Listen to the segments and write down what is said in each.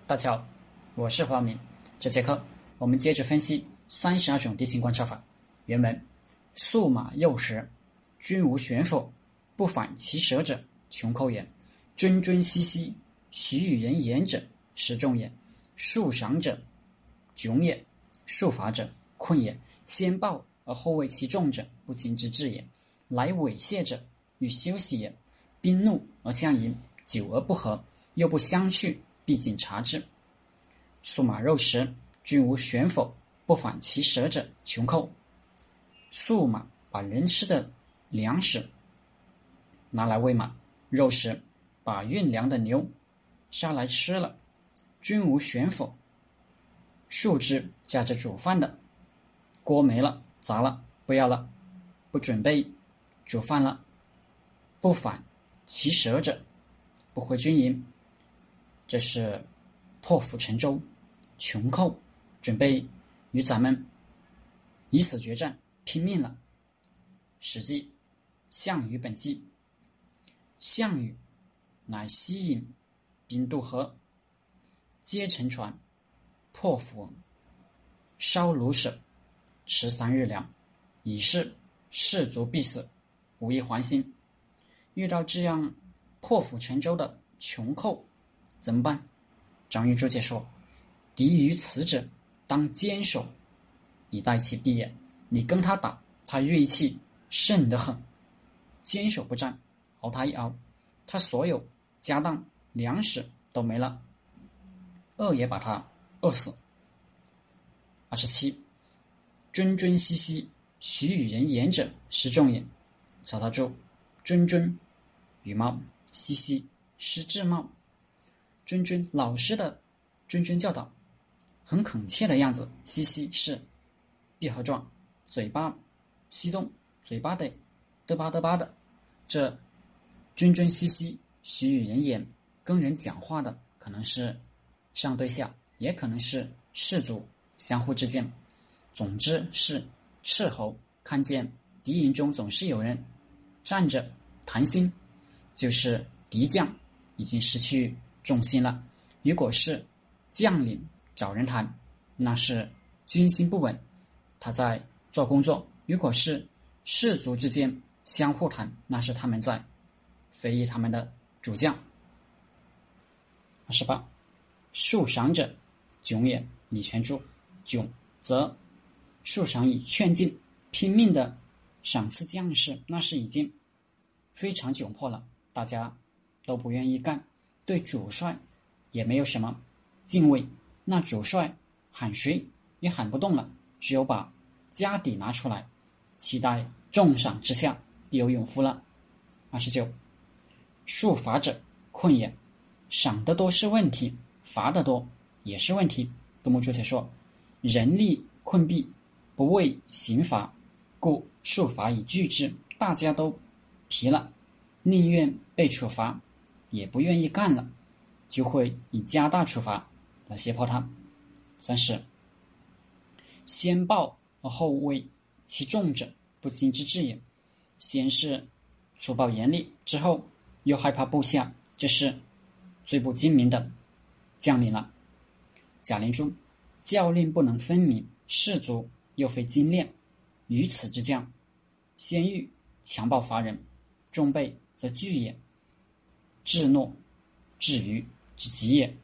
大家好，我是华明。这节课我们接着分析32种地形观察法。原文：宿马幼时，均无悬否，不反其舌者，穷寇也；谆谆兮兮，许与人言者，时众也；树赏者，窘也；树伐者，困也。先暴而后为其众者，不经之至也；来猥亵者，欲休息也；宾怒而相迎，久而不和，又不相续，必谨察之。宿马肉食，均无悬否，不反其舌者，穷寇。宿马把人吃的粮食拿来喂马，肉食把运粮的牛杀来吃了，均无悬否。树枝架着煮饭的锅没了，砸了，不要了，不准备煮饭了。不反其舌者，不回军营，这是破釜沉舟，穷寇准备与咱们以死决战，拼命了。史记项羽本纪。项羽乃西引兵渡河，皆乘船，破釜烧庐舍，持3日粮，以示士卒必死，无一还心。遇到这样破釜沉舟的穷寇怎么办？张玉注解说：敌于此者，当坚守，以待其必也。你跟他打，他锐气盛得很，坚守不战，熬他一熬，他所有家当粮食都没了，饿也把他饿死。27. 谆谆兮兮，许与人言者，时众也。曹操注：谆谆羽毛，兮兮失志貌。谆谆老师的谆谆教导，很恳切的样子。兮兮是闭合状，嘴巴翕动，嘴巴得嘚吧嘚吧的。这谆谆兮兮，许与人言，跟人讲话的可能是上对下，也可能是士卒相互之间。总之是斥候，看见敌营中总是有人站着谈心，就是敌将已经失去重心了。如果是将领找人谈，那是军心不稳，他在做工作；如果是士卒之间相互谈，那是他们在非议他们的主将。28. 树赏者，窘也。李全注：窘则树赏以劝进，拼命的赏赐将士，那是已经非常窘迫了，大家都不愿意干，对主帅也没有什么敬畏，那主帅喊谁也喊不动了，只有把家底拿出来，期待重赏之下必有勇夫了。29. 树伐者，困也。赏得多是问题，罚得多也是问题。杜牧注解说：人力困弊，不畏刑罚，故树罚以拒之。大家都疲了，宁愿被处罚，也不愿意干了，就会以加大处罚来胁迫他。30. 先暴而后为其众者，不经之至也。先是粗暴严厉，之后又害怕部下，这是最不精明的将领了。贾令注：教令不能分明，士卒又非精练，于此之将，先欲强暴伐人，众备则惧也，至懦至愚之极也。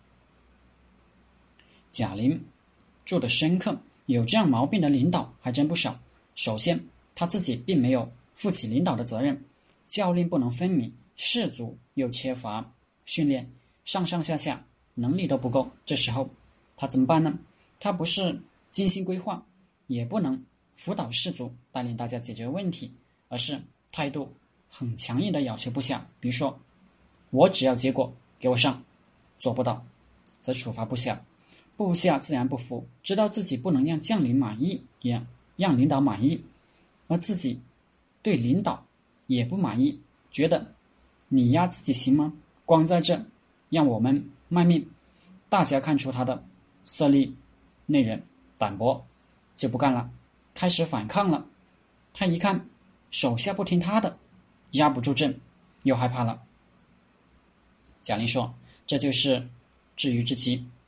贾令注的深刻，有这样毛病的领导还真不少。首先他自己并没有负起领导的责任，教令不能分明，士卒又缺乏训练，上上下下能力都不够，这时候他怎么办呢？他不是精心规划，也不能辅导士卒带领大家解决问题，而是态度很强硬的要求部下，比如说我只要结果给我上，做不到则处罚部下，部下自然不服，知道自己不能让将领满意，也让领导满意，而自己对领导也不满意，觉得你压自己行吗？光在这让我们卖命，大家看出他的色厉内荏胆薄，就不干了，开始反抗了。他一看手下不听他的，压不住阵，又害怕了。贾令说：这就是至于之极，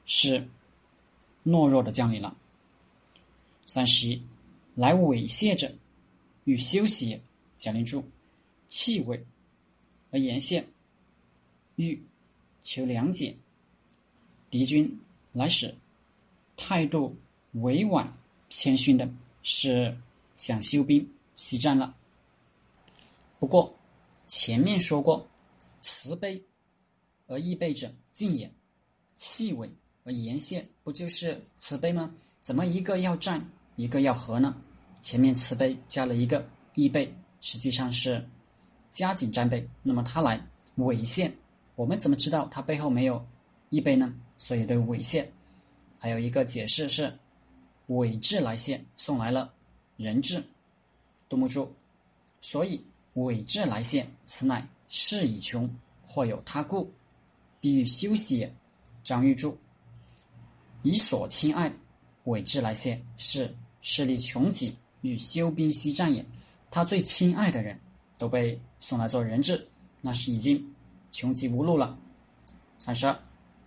是懦弱的将领了。31，来猥亵者，欲休息也。贾令注：气味而言谢，欲求良解。敌军来使态度委婉谦逊的，是想休兵息战了。不过前面说过，慈悲而易悲者敬也，气味而言谢不就是慈悲吗？怎么一个要战，一个要和呢？前面慈悲加了一个易悲，实际上是加紧战备。那么他来猥亵，我们怎么知道他背后没有易悲呢？所以对猥亵还有一个解释是伪质来谢，送来了人质。杜牧注：所以伪质来谢，此乃事已穷，或有他故，必欲休息也。张玉注：以所亲爱伪质来谢，是势力穷极，欲休兵息战也。他最亲爱的人都被送来做人质，那是已经穷极无路了。32，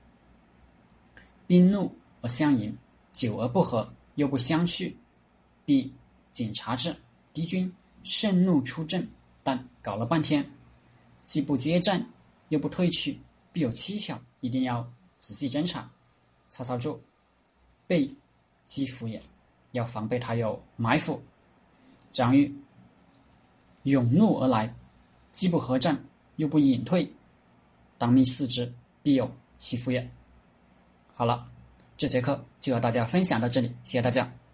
兵怒而相迎，久而不和，又不相去，必警察之。敌军盛怒出阵，但搞了半天，既不接战，又不退去，必有蹊跷，一定要仔细侦查。曹操注：备击伏也，要防备他有埋伏。张玉：勇怒而来，既不合战，又不隐退，当密视之，必有其伏也。好了，这节课就和大家分享到这里，谢谢大家。